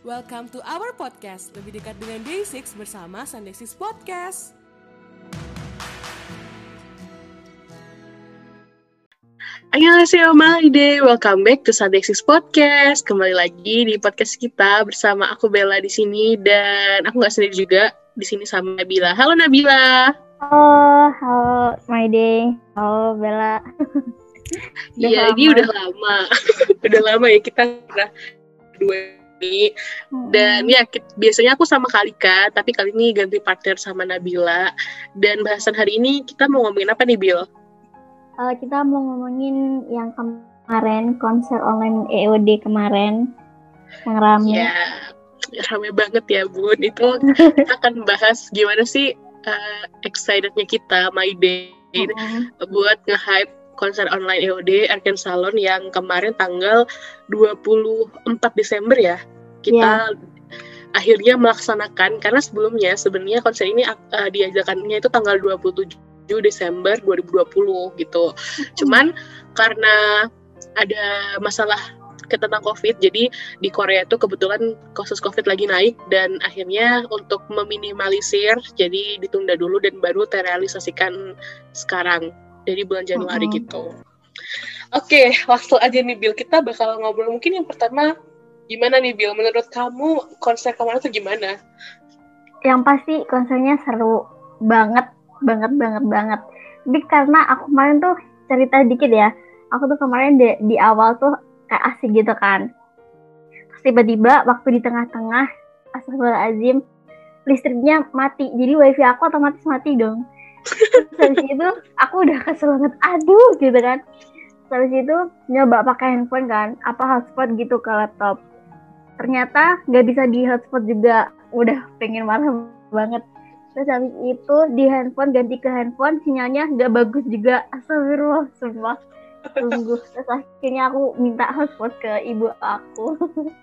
Welcome to our podcast, lebih dekat dengan Day6 bersama Sunday6 Podcast. Annyeonghaseyo Maide, welcome back to Sunday6 Podcast. Kembali lagi di podcast kita bersama aku Bella di sini dan aku nggak sendiri juga di sini sama Nabila. Halo Nabila. Halo Maide, halo Bella. Iya, ini udah lama ya kita pernah dua ini. Dan ya biasanya aku sama Kalika, tapi kali ini ganti partner sama Nabila. Dan bahasan hari ini kita mau ngomongin apa nih, Bil? Kita mau ngomongin yang kemarin, konser online EOD kemarin, yang rame. Ya, rame banget ya, Bun. Itu kita akan bahas gimana sih excitednya kita, Maide, buat nge-hype konser online EOD Arcane Salon yang kemarin tanggal 24 Desember ya. Kita akhirnya melaksanakan, karena sebelumnya sebenarnya konser ini diajakannya itu tanggal 27 Desember 2020 gitu. Cuman karena ada masalah tentang COVID, jadi di Korea itu kebetulan kasus COVID lagi naik dan akhirnya untuk meminimalisir jadi ditunda dulu dan baru terrealisasikan sekarang dari bulan Januari gitu. Oke, langsung aja nih Bil, kita bakal ngobrol. Mungkin yang pertama, gimana nih Bil, menurut kamu konser kemarin tuh gimana? Yang pasti konsernya seru banget. Tapi karena aku kemarin tuh cerita dikit ya, aku tuh kemarin di awal tuh kayak asik gitu kan. Terus tiba-tiba waktu di tengah-tengah, astagfirullahaladzim, listriknya mati. Jadi wifi aku otomatis mati dong. Terus habis itu aku udah kesel banget, aduh gitu kan. Terus habis itu nyoba pakai handphone kan, hotspot gitu ke laptop. Ternyata nggak bisa di hotspot juga, udah pengen marah banget. Terus habis itu di handphone, ganti ke handphone, sinyalnya nggak bagus juga. Astagfirullah, sumpah. Sungguh. Terus akhirnya aku minta hotspot ke ibu aku.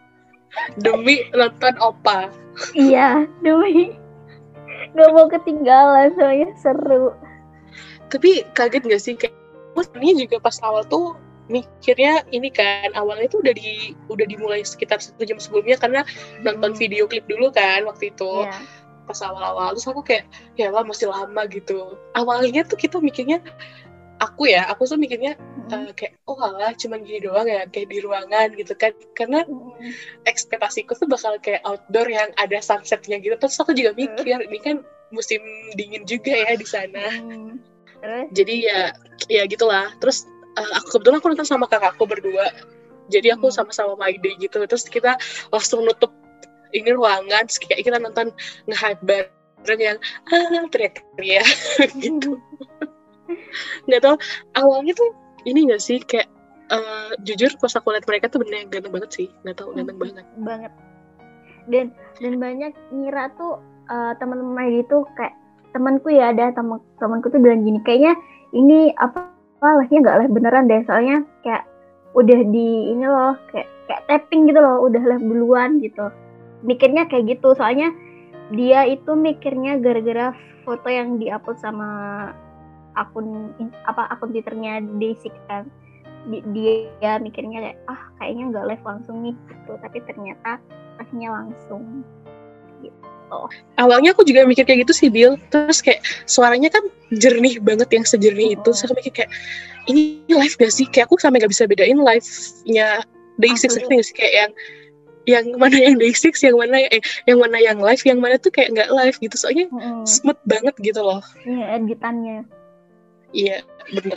Demi nonton Oppa. Iya, demi nggak mau ketinggalan, soalnya seru. Tapi kaget nggak sih, kayak sebenarnya juga pas awal tuh mikirnya ini kan, awalnya tuh udah dimulai sekitar 1 jam sebelumnya karena nonton video klip dulu kan waktu itu. Pas awal-awal, terus aku kayak ya lah masih lama gitu. Awalnya tuh kita mikirnya, aku tuh mikirnya kayak oh alah cuman gini doang ya, kayak di ruangan gitu kan, karena ekspektasiku tuh bakal kayak outdoor yang ada sunsetnya gitu. Terus aku juga mikir ini kan musim dingin juga ya di sana. Jadi ya gitulah. Terus kebetulan aku nonton sama kakakku berdua, jadi aku sama-sama Maide gitu. Terus kita langsung nutup ini ruangan, terus kayak kita nonton nge-hype bareng yang teriak-teriak gitu. Nggak tau, awalnya tuh ini nggak sih, kayak jujur pas aku lihat mereka tuh bener ganteng banget sih. Nggak tau, ganteng banget. Dan banyak ngira tuh teman-teman itu kayak temanku ya, ada temanku tuh bilang gini, kayaknya ini live-nya nggak live beneran deh, soalnya kayak udah di ini loh, kayak tapping gitu loh, udah live duluan gitu. Mikirnya kayak gitu, soalnya dia itu mikirnya gara-gara foto yang diupload sama akun Twitternya Day6 kan. Dia mikirnya kayak kayaknya nggak live langsung nih gitu, tapi ternyata live-nya langsung gitu. Awalnya aku juga mikir kayak gitu sih, Bil. Terus kayak suaranya kan jernih banget, yang sejernih itu. Terus aku mikir kayak ini live gak sih? Kayak aku sampai gak bisa bedain live-nya Day6 ngerti gak sih, kayak yang mana yang Day6, yang mana yang live, yang mana tuh kayak nggak live gitu. Soalnya smooth banget gitu loh. Iya, editannya. Iya, bener.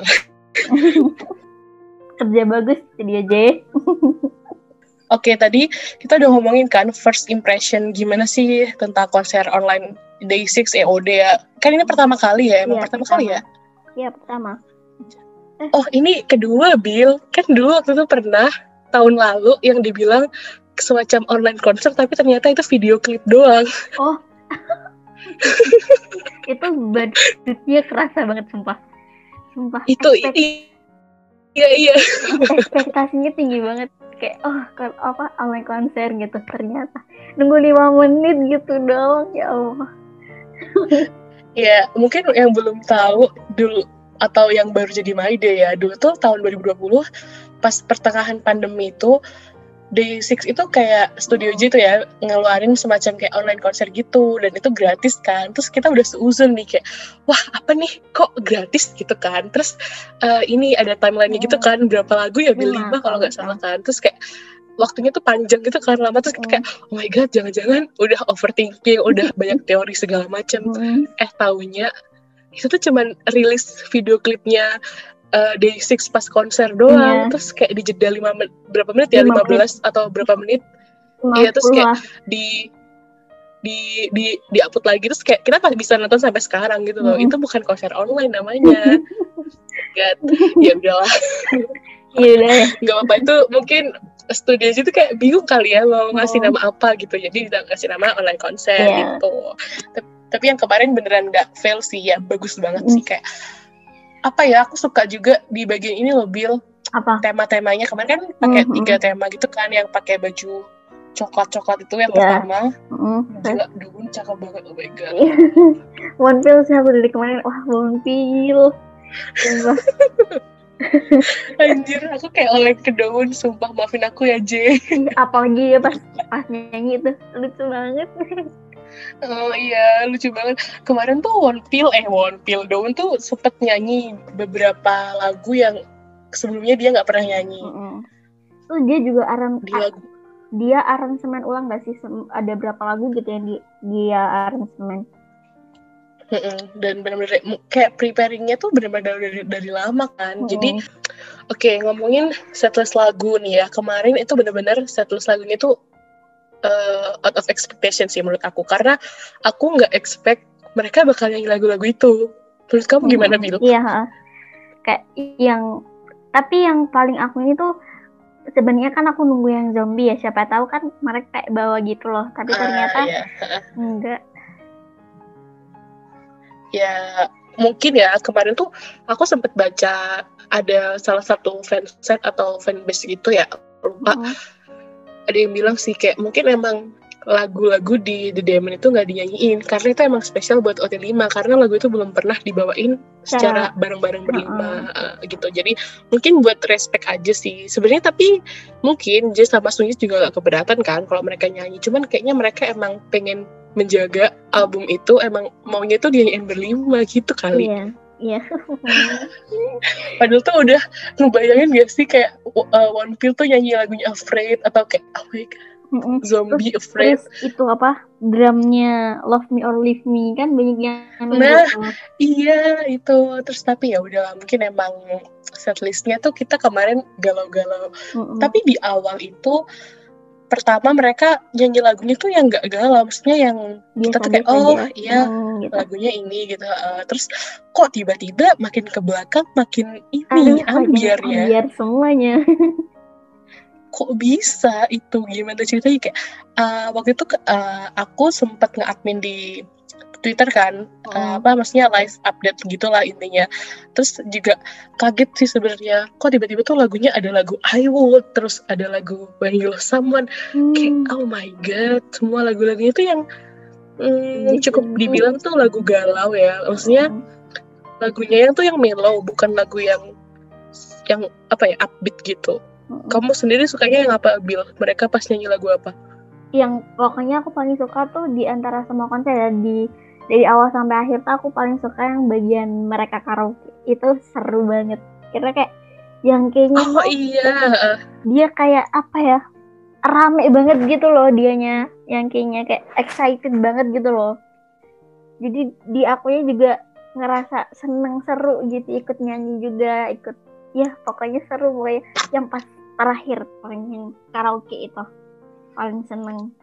Kerja bagus dia J. Oke, tadi kita udah ngomongin kan first impression gimana sih tentang konser online Day6 EOD ya. Kan ini pertama kali ya, emang pertama kali ya? Iya, pertama. Oh, ini kedua, Bil. Kan dulu waktu itu pernah tahun lalu yang dibilang semacam online konser, tapi ternyata itu video klip doang. Oh, itu budgetnya kerasa banget, sumpah. Itu iya. Ekspektasinya tinggi banget, kayak online konser gitu, ternyata nunggu 5 menit gitu doang, ya Allah. Ya, mungkin yang belum tahu dulu atau yang baru jadi Maide ya, dulu tuh tahun 2020 pas pertengahan pandemi itu Day6 itu kayak Studio J tuh ya ngeluarin semacam kayak online konser gitu, dan itu gratis kan. Terus kita udah seuzon nih kayak, wah apa nih kok gratis gitu kan. Terus ini ada timeline-nya gitu kan, berapa lagu ya, 5 kalau nggak salah kan. Terus kayak waktunya tuh panjang gitu kan, lama. Terus kita kayak, oh my god, jangan-jangan udah overthinking, udah banyak teori segala macam. Taunya itu tuh cuman rilis video klipnya Day6 pas konser doang. Terus kayak di jeda berapa menit ya, 15 atau berapa menit. Iya, terus kayak di upload lagi, terus kayak kita masih bisa nonton sampai sekarang gitu loh. Itu bukan konser online namanya. God, ya udahlah. Iya, nggak apa-apa. Itu mungkin studio itu kayak bingung kali ya mau ngasih nama apa gitu, jadi kita ngasih nama online konser gitu. Tapi yang kemarin beneran nggak fail sih ya, bagus banget sih. Kayak apa ya, aku suka juga di bagian ini loh, Bil. Apa? Tema-temanya kemarin kan pakai 3 tema gitu kan, yang pakai baju coklat-coklat itu yang pertama. Gila, Daewon cakep banget, oh my god. Wonpil sih aku dari kemarin, wah Wonpil. Anjir, aku kayak oleh ke Daewon, sumpah, maafin aku ya J. Apalagi ya pas nyanyi itu lucu banget. Oh iya, lucu banget. Kemarin tuh Wonpil Daewon tuh sempet nyanyi beberapa lagu yang sebelumnya dia nggak pernah nyanyi. Tuh dia juga dia aransemen ulang nggak sih? Ada berapa lagu gitu yang dia aransemen? Dan benar-benar kayak preparingnya tuh benar-benar dari lama kan. Jadi oke, ngomongin setlist lagu nih ya. Kemarin itu benar-benar setlist lagunya tuh out of expectation sih menurut aku, karena aku nggak expect mereka bakal nyanyi lagu-lagu itu. Menurut kamu gimana, Bil? Iya, kayak tapi yang paling aku ini tuh sebenarnya kan aku nunggu yang zombie ya, siapa tahu kan mereka kayak bawa gitu loh, tapi ternyata enggak. Ya mungkin ya, kemarin tuh aku sempet baca ada salah satu fanset atau fanbase gitu ya, lupa. Ada yang bilang sih kayak mungkin emang lagu-lagu di The Diamond itu nggak dinyanyiin karena itu emang spesial buat OT5, karena lagu itu belum pernah dibawain secara bareng-bareng berlima gitu. Jadi mungkin buat respect aja sih sebenarnya, tapi mungkin Jess sama Sungis juga nggak keberatan kan kalau mereka nyanyi. Cuman kayaknya mereka emang pengen menjaga album itu, emang maunya tuh dinyanyiin berlima gitu kali. Iya. Padahal tuh udah ngebayangin gak sih kayak Wonpil tuh nyanyi lagunya Afraid atau kayak oh my god, Zombie Afraid. Terus itu apa, drumnya Love Me or Leave Me kan banyak yang iya itu. Terus tapi ya udahlah, mungkin emang setlistnya tuh kita kemarin galau-galau. Tapi di awal itu pertama mereka nyanyi lagunya tuh yang gak galau, maksudnya yang kita tuh kayak iya gitu. Lagunya ini gitu. Terus kok tiba-tiba makin ke belakang makin ini ambiar semuanya. Kok bisa itu, gimana ceritanya? Kayak waktu itu aku sempat nge-admin di Twitter kan, maksudnya live update gitulah intinya. Terus juga kaget sih sebenarnya, kok tiba-tiba tuh lagunya ada lagu I Would, terus ada lagu When You Love Someone. Kayak oh my god, semua lagu-lagunya tuh yang cukup dibilang tuh lagu galau ya. Maksudnya lagunya yang tuh yang mellow, bukan lagu yang apa ya, upbeat gitu. Kamu sendiri sukanya yang apa, Bil? Mereka pas nyanyi lagu apa? Yang pokoknya aku paling suka tuh di antara semua konser ya, dari awal sampai akhir tuh aku paling suka yang bagian mereka karaoke. Itu seru banget. Karena kayak yang kayaknya dia kayak apa ya, rame banget gitu loh dianya. Yang kayaknya kayak excited banget gitu loh. Jadi di akunya juga ngerasa seneng, seru gitu, ikut nyanyi juga, ikut ya pokoknya seru. Pokoknya yang pas terakhir paling karaoke itu paling seneng.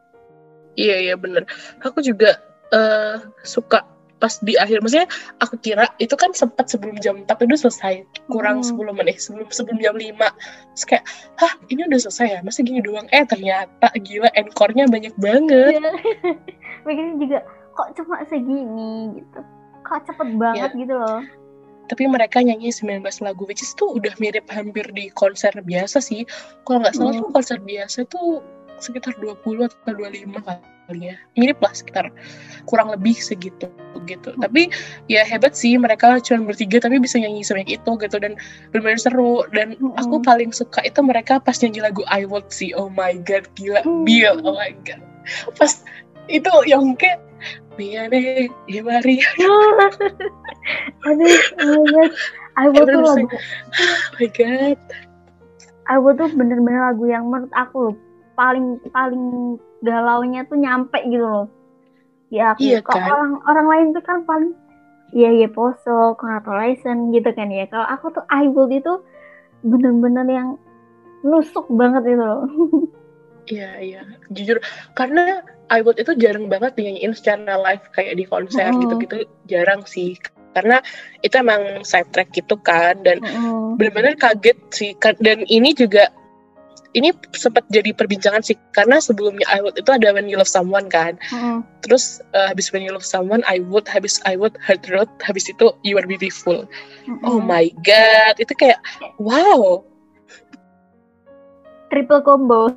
Iya bener. Aku juga suka pas di akhir. Maksudnya aku kira itu kan sempat sebelum jam 4 udah selesai, kurang 10 menit sebelum jam 5. Terus kayak, hah ini udah selesai ya? Masa gini doang? Ternyata gila, encore-nya banyak banget. Begini juga, kok cuma segini gitu, kok cepet banget gitu loh. Tapi mereka nyanyi 19 lagu, which is tuh udah mirip hampir di konser biasa sih. Kalau nggak salah tuh konser biasa tuh sekitar 20 atau 25 kan. ya, mirip lah sekitar kurang lebih segitu gitu. Tapi ya hebat sih mereka cuma bertiga tapi bisa nyanyi sebanyak itu gitu, dan benar-benar seru. Dan aku paling suka itu mereka pas nyanyi lagu I Want sih. Oh my god, gila. Bill, oh my god, pas itu yang kayak Miane Himari. Aduh, oh my god, I Want tuh lagu, oh my god, I Want tuh bener-bener lagu yang menurut aku loh paling galaunya tuh nyampe gitu loh. Ya aku, iya kalau kan. orang lain tuh kan paling ya poso, congratulations gitu kan ya. Kalau aku tuh I Will itu bener-bener yang nusuk banget itu loh. Iya, jujur karena I Want itu jarang banget dinyanyiin secara live kayak di konser gitu-gitu, jarang sih. Karena itu emang side track gitu kan, dan benar-benar kaget sih. Dan ini sempat jadi perbincangan sih, karena sebelumnya I Would itu ada When You Love Someone kan. Terus habis When You Love Someone, habis I Would, Hard Road, habis itu You Are Beautiful. Oh my god, itu kayak wow, triple combo.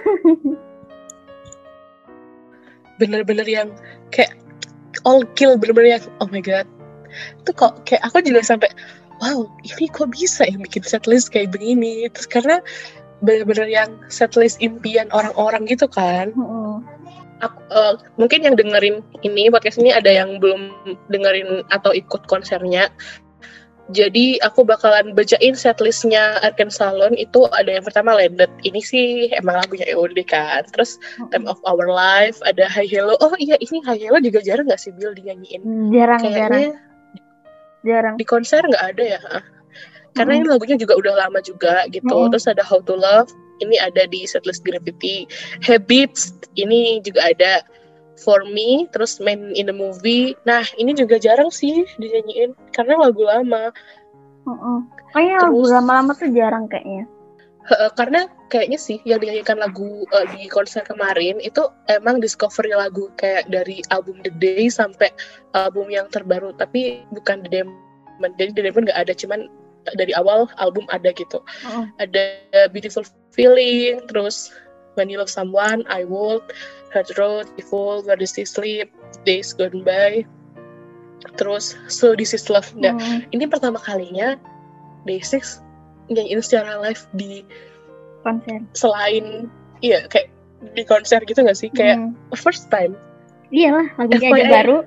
bener-bener yang kayak all kill, bener-bener yang oh my god. Itu kok kayak aku juga sampai wow, ini kok bisa ya bikin setlist kayak begini. Terus karena benar-benar yang setlist impian orang-orang gitu kan. Aku, mungkin yang dengerin ini podcast ini ada yang belum dengerin atau ikut konsernya. Jadi aku bakalan bacain setlistnya Arken Salon. Itu ada yang pertama Landed. Ini sih emang lagunya EOD kan. Terus Time of Our Life, ada High Hello. Oh iya, ini High Hello juga jarang gak sih Bill dinyanyiin? Kayaknya jarang. Di konser gak ada ya. Karena ini lagunya juga udah lama juga gitu. Terus ada How to Love, ini ada di setlist Gravity. Habits, ini juga ada. For Me, terus Man in the Movie. Nah, ini juga jarang sih dinyanyiin karena lagu lama. Kayaknya lagu lama-lama tuh jarang kayaknya. Karena kayaknya sih yang dinyanyikan lagu di konser kemarin itu emang discovery lagu kayak dari album The Day sampai album yang terbaru, tapi bukan The Diamond. Jadi The Diamond nggak ada, cuman dari awal album ada gitu. Ada Beautiful Feeling, terus When You Love Someone, I Would, Hard Road, Beautiful, Where Does She Sleep, Days Gone By, terus So This Is Love. Nah, ini pertama kalinya Day6 nyanyiin secara live di konser. Selain, iya kayak di konser gitu nggak sih? Kayak first time. Iyalah, lagunya aja baru.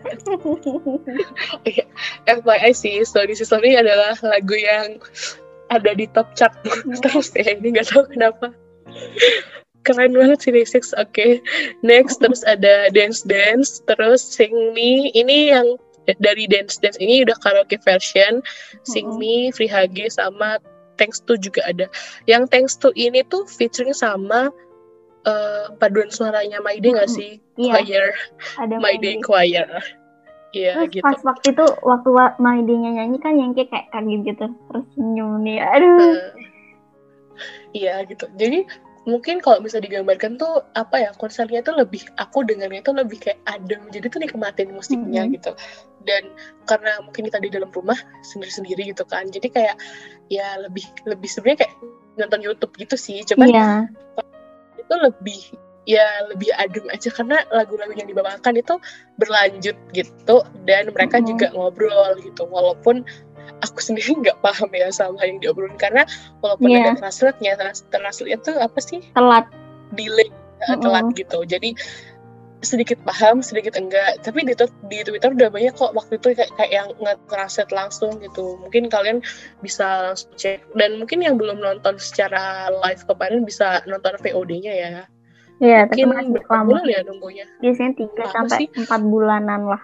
FYI sih, So This Is Love ini adalah lagu yang ada di top chart terus ya, ini nggak tahu kenapa. Keren banget sih Day6. Oke. Next, terus ada Dance Dance, terus Sing Me. Ini yang dari Dance Dance ini udah karaoke version. Sing Me, Free HG, sama Thanks To juga ada. Yang Thanks To ini tuh featuring sama paduan suaranya My Day nggak sih? Choir. Ada My Day Choir. Iya gitu. Pas waktu itu, waktu My Day-nya nyanyi kan yang kayak kaget gitu. Terus senyum nih, aduh. Iya gitu. Jadi mungkin kalau bisa digambarkan tuh apa ya, konsernya tuh lebih, aku dengarnya tuh lebih kayak adem, jadi tuh nikmatin musiknya gitu. Dan karena mungkin kita di dalam rumah sendiri-sendiri gitu kan, jadi kayak ya lebih sebenarnya kayak nonton YouTube gitu sih, cuman itu lebih adem aja karena lagu-lagu yang dibawakan itu berlanjut gitu, dan mereka juga ngobrol gitu, walaupun aku sendiri nggak paham ya sama yang diobrolin, karena walaupun ada translate-nya tuh apa sih? Delay, telat gitu. Jadi sedikit paham, sedikit enggak. Tapi di Twitter udah banyak kok waktu itu kayak yang nge-translate langsung gitu. Mungkin kalian bisa langsung cek. Dan mungkin yang belum nonton secara live kemarin bisa nonton VOD-nya ya. Iya, tapi mungkin masih berapa bulan ya nunggunya? Biasanya 3-4 bulanan lah.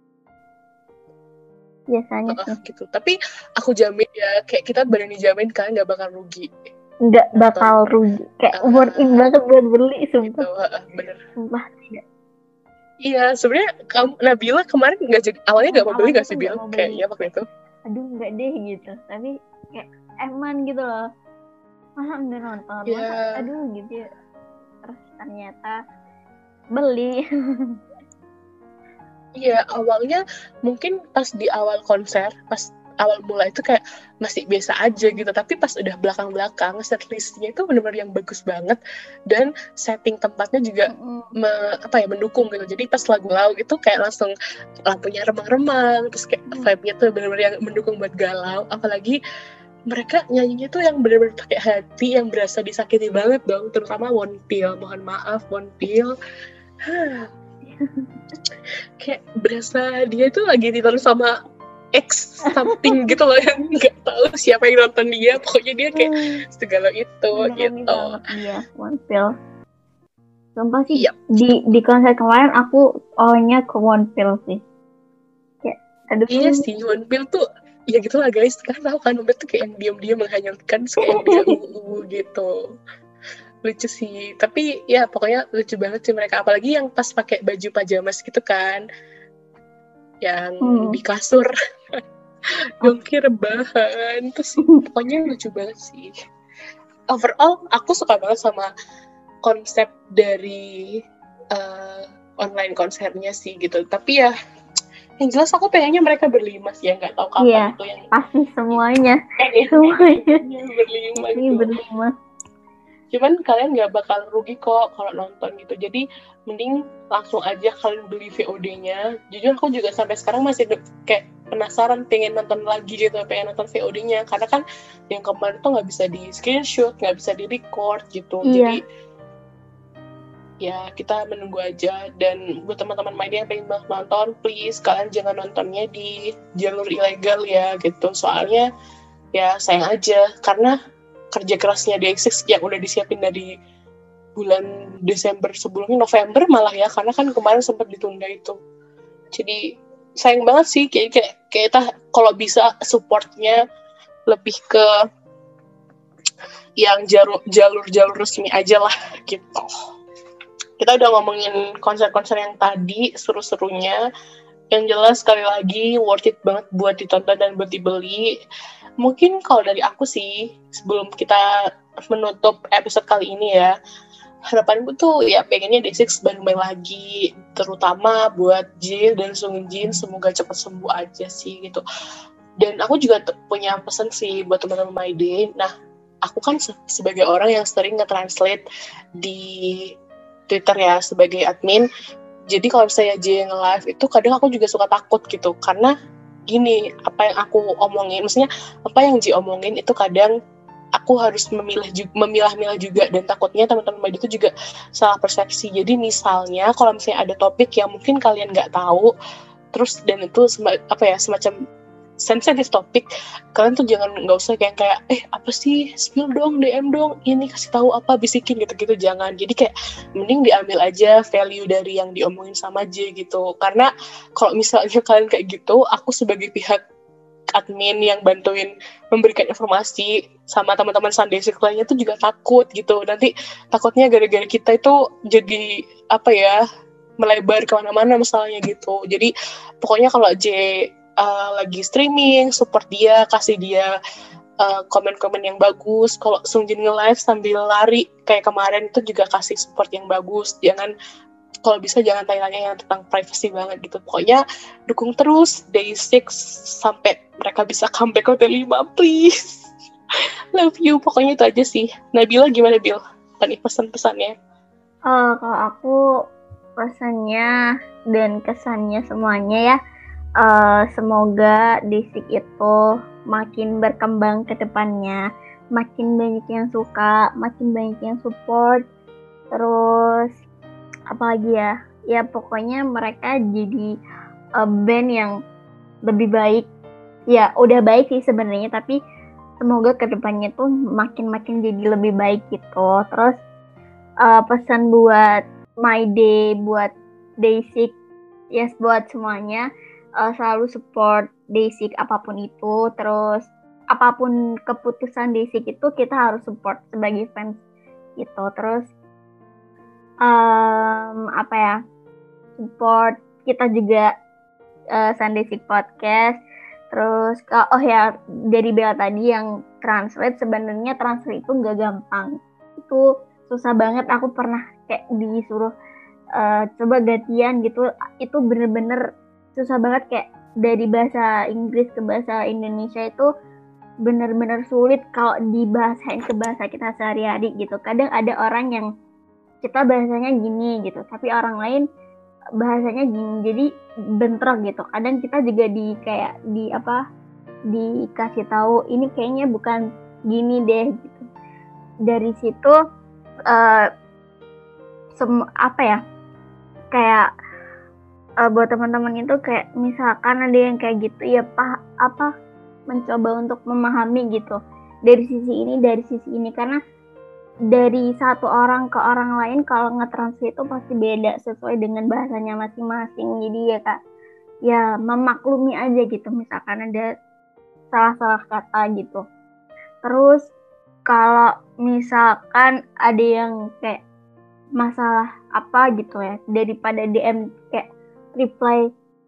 Biasanya gitu. Tapi aku jamin ya, kayak kita berani jamin kan nggak bakal rugi. Nggak bakal rugi, kayak worth it banget buat beli, sumpah. Gitu, bener. Sumpah tidak. Iya, sebenarnya Nabila kemarin nggak jadi, awalnya nggak mau beli nggak sih Bil? Kayaknya waktu itu. Aduh nggak deh gitu, tapi kayak eman gitu loh. Masa udah nonton, masa aduh gitu ya. Terus ternyata beli. Iya, awalnya mungkin pas di awal konser, pas awal mula itu kayak masih biasa aja gitu, tapi pas udah belakang-belakang setlistnya itu benar-benar yang bagus banget dan setting tempatnya juga mendukung gitu. Jadi pas lagu Lau itu kayak langsung lampunya remang-remang, terus kayak vibe-nya tuh benar-benar yang mendukung buat galau. Apalagi mereka nyanyinya tuh yang benar-benar pakai hati, yang berasa disakiti banget dong, terutama Wonpil. Mohon maaf Wonpil. Kayak berasa dia tuh lagi ditaruh sama X something gitu loh, yang nggak tahu siapa yang nonton dia, pokoknya dia kayak segala itu gitu. Banget dia Wonpil. Sumpah sih, di konser kemarin aku awalnya ke Wonpil sih. Kayak aduh. Iya sih, Wonpil tuh ya gitu lah guys, kan tahu kan Wonpil tuh kayak yang diam-diam menghanyutkan, kayak dia gitu. Lucu sih, tapi ya pokoknya lucu banget sih mereka, apalagi yang pas pakai baju pajamas gitu kan, yang di kasur dongki rebahan, terus pokoknya lucu banget sih. Overall aku suka banget sama konsep dari online konsernya sih gitu, tapi ya yang jelas aku pengennya mereka berlima sih, ya nggak tahu kapan itu yang pasti semuanya berlima. Cuman kalian nggak bakal rugi kok kalau nonton gitu, jadi mending langsung aja kalian beli VOD-nya. Jujur aku juga sampai sekarang masih kayak penasaran, pengen nonton lagi gitu, pengen nonton VOD-nya, karena kan yang kemarin tuh nggak bisa di screenshot, nggak bisa di record gitu. Jadi ya kita menunggu aja. Dan buat teman-teman MyD yang pengen banget nonton, please kalian jangan nontonnya di jalur ilegal ya gitu, soalnya ya sayang aja, karena kerja kerasnya DXX yang udah disiapin dari bulan Desember sebelumnya, November malah ya, karena kan kemarin sempat ditunda itu. Jadi sayang banget sih, kayak kita kalau bisa supportnya lebih ke yang jalur resmi aja lah gitu. Kita udah ngomongin konser-konser yang tadi seru-serunya, yang jelas sekali lagi worth it banget buat ditonton dan buat dibeli. Mungkin kalau dari aku sih, sebelum kita menutup episode kali ini ya, harapanku tuh ya pengennya DXX main lagi, terutama buat Jin dan Sungjin, semoga cepat sembuh aja sih gitu. Dan aku juga punya pesan sih buat teman-teman MyD. Nah, aku kan sebagai orang yang sering nge-translate di Twitter ya, sebagai admin. Jadi kalau misalnya Jin nge-live itu kadang aku juga suka takut gitu, karena gini, apa yang aku omongin, maksudnya apa yang Ji omongin itu kadang aku harus memilah-milah juga, dan takutnya teman-teman itu juga salah persepsi. Jadi misalnya kalau misalnya ada topik yang mungkin kalian nggak tahu, terus dan itu semacam sensitive topik, kalian tuh nggak usah kayak apa sih, spill dong, DM dong, ini kasih tahu apa, bisikin gitu-gitu, jangan. Jadi kayak mending diambil aja value dari yang diomongin sama J gitu, karena kalau misalnya kalian kayak gitu, aku sebagai pihak admin yang bantuin memberikan informasi sama teman-teman Sunday Six lainnya tuh juga takut gitu, nanti takutnya gara-gara kita itu jadi melebar kemana-mana misalnya gitu. Jadi pokoknya kalau J lagi streaming, support dia, kasih dia komen-komen yang bagus. Kalau Sungjin nge-live sambil lari kayak kemarin itu juga kasih support yang bagus. Jangan, kalau bisa jangan tanya-tanya yang tentang privacy banget gitu. Pokoknya dukung terus Day6 sampai mereka bisa comeback ke T5, please. Love you. Pokoknya itu aja sih. Nabila gimana, Bil? Tadi pesan-pesannya? Kalau aku pesannya dan kesannya semuanya ya, semoga DXX itu makin berkembang ke depannya, makin banyak yang suka, makin banyak yang support, terus apalagi ya pokoknya mereka jadi band yang lebih baik. Ya udah baik sih sebenarnya, tapi semoga ke depannya tuh makin jadi lebih baik gitu. Terus pesan buat MyD, buat DXX, yes, buat semuanya, selalu support DXX apapun itu. Terus apapun keputusan DXX itu kita harus support sebagai fans gitu. Terus support kita juga Sunday Six Podcast. Terus dari Bella tadi yang translate, sebenarnya translate itu nggak gampang, itu susah banget. Aku pernah kayak disuruh coba gantian gitu, itu bener-bener susah banget, kayak dari bahasa Inggris ke bahasa Indonesia itu benar-benar sulit kalau dibahasain ke bahasa kita sehari-hari gitu. Kadang ada orang yang kita bahasanya gini gitu, tapi orang lain bahasanya gini, jadi bentrok gitu. Kadang kita juga dikasih tahu ini kayaknya bukan gini deh gitu. Dari situ buat teman-teman itu kayak misalkan ada yang kayak gitu ya mencoba untuk memahami gitu dari sisi ini karena dari satu orang ke orang lain kalau nge-translate itu pasti beda sesuai dengan bahasanya masing-masing. Jadi ya Kak, ya memaklumi aja gitu misalkan ada salah-salah kata gitu. Terus kalau misalkan ada yang kayak masalah apa gitu ya, daripada DM kayak reply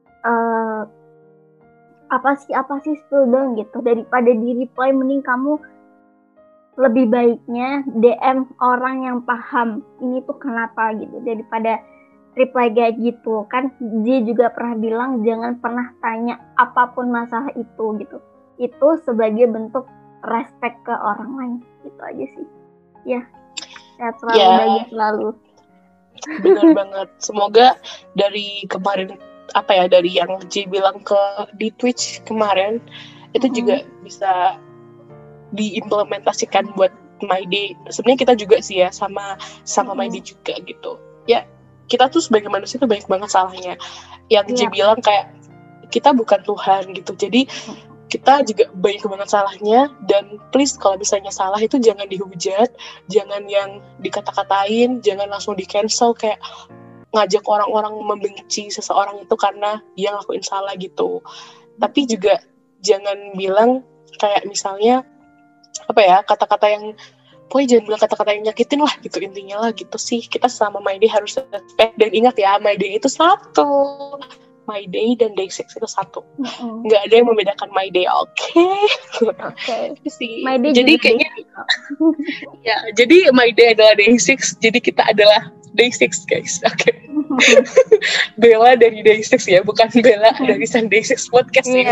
apa sih spill dong gitu, daripada di reply mending kamu lebih baiknya DM orang yang paham ini tuh kenapa gitu daripada reply kayak gitu. Kan dia juga pernah bilang jangan pernah tanya apapun masalah itu gitu, itu sebagai bentuk respect ke orang lain. Gitu aja sih ya, sehat selalu, bahagia selalu. Benar banget. Semoga dari kemarin dari yang J bilang di Twitch kemarin itu juga bisa diimplementasikan buat My Day. Sebenarnya kita juga sih ya sama My Day juga gitu. Ya kita tuh sebagai manusia tuh banyak banget salahnya. Yang J bilang kayak kita bukan Tuhan gitu. Jadi kita juga banyak banget salahnya, dan please kalau misalnya salah itu jangan dihujat, jangan yang dikata-katain, jangan langsung di-cancel kayak ngajak orang-orang membenci seseorang itu karena dia ngelakuin salah gitu. Tapi juga jangan bilang kayak misalnya kata-kata yang pokoknya jangan bilang kata-kata yang nyakitin lah gitu, intinya lah gitu sih. Kita sama My Day harus respect, dan ingat ya My Day itu satu. My Day dan Day 6 itu satu. Nggak ada yang membedakan My Day, oke? My Day jadi kayaknya ya, jadi My Day adalah Day 6, jadi kita adalah Day 6 guys. Oke. Bella dari Day 6 ya, bukan Bella dari Sunday 6 podcast ini.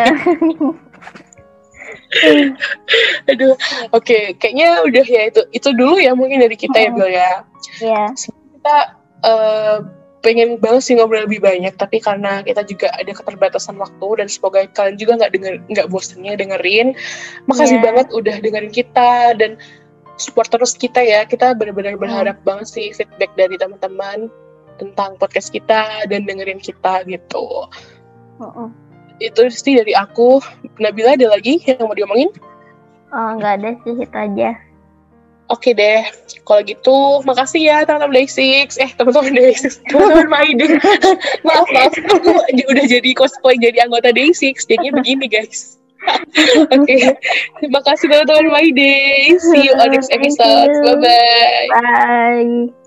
Aduh, oke. Kayaknya udah ya, itu dulu ya mungkin dari kita ya Bella ya. Iya. Kita pengen banget sih ngobrol lebih banyak, tapi karena kita juga ada keterbatasan waktu, dan semoga kalian juga nggak bosennya dengerin. Makasih banget udah dengerin kita dan support terus kita ya. Kita benar-benar berharap banget sih feedback dari teman-teman tentang podcast kita dan dengerin kita gitu. Itu sih dari aku. Nabila, ada lagi yang mau diomongin? Nggak ada sih, itu aja. Oke deh, kalau gitu makasih ya teman-teman Day 6. Teman-teman Day 6, teman-teman My Day. maaf, aku udah jadi cosplay jadi anggota Day 6, jadinya begini guys. Oke. Terima kasih teman-teman My Day. See you on next episode. Bye-bye. Bye.